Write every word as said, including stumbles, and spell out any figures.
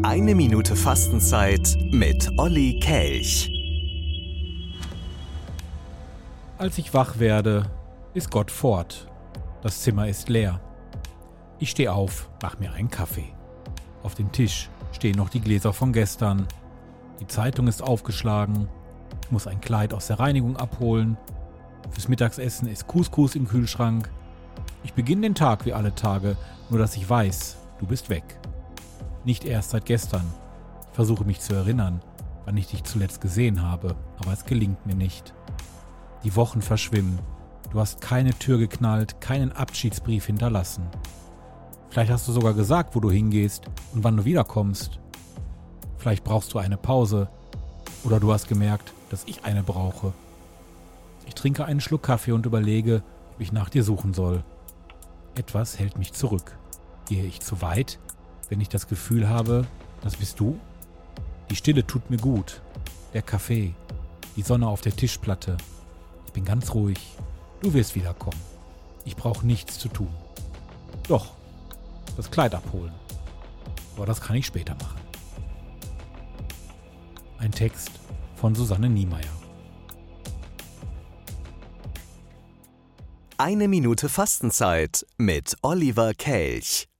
Eine Minute Fastenzeit mit Olli Kelch. Als ich wach werde, ist Gott fort. Das Zimmer ist leer. Ich stehe auf, mach mir einen Kaffee. Auf dem Tisch stehen noch die Gläser von gestern. Die Zeitung ist aufgeschlagen. Ich muss ein Kleid aus der Reinigung abholen. Fürs Mittagessen ist Couscous im Kühlschrank. Ich beginne den Tag wie alle Tage, nur dass ich weiß, du bist weg. Nicht erst seit gestern. Ich versuche mich zu erinnern, wann ich dich zuletzt gesehen habe, aber es gelingt mir nicht. Die Wochen verschwimmen. Du hast keine Tür geknallt, keinen Abschiedsbrief hinterlassen. Vielleicht hast du sogar gesagt, wo du hingehst und wann du wiederkommst. Vielleicht brauchst du eine Pause oder du hast gemerkt, dass ich eine brauche. Ich trinke einen Schluck Kaffee und überlege, ob ich nach dir suchen soll. Etwas hält mich zurück. Gehe ich zu weit, wenn ich das Gefühl habe, das bist du? Die Stille tut mir gut. Der Kaffee, die Sonne auf der Tischplatte. Ich bin ganz ruhig. Du wirst wiederkommen. Ich brauche nichts zu tun. Doch, das Kleid abholen. Aber das kann ich später machen. Ein Text von Susanne Niemeyer. Eine Minute Fastenzeit mit Oliver Kelch.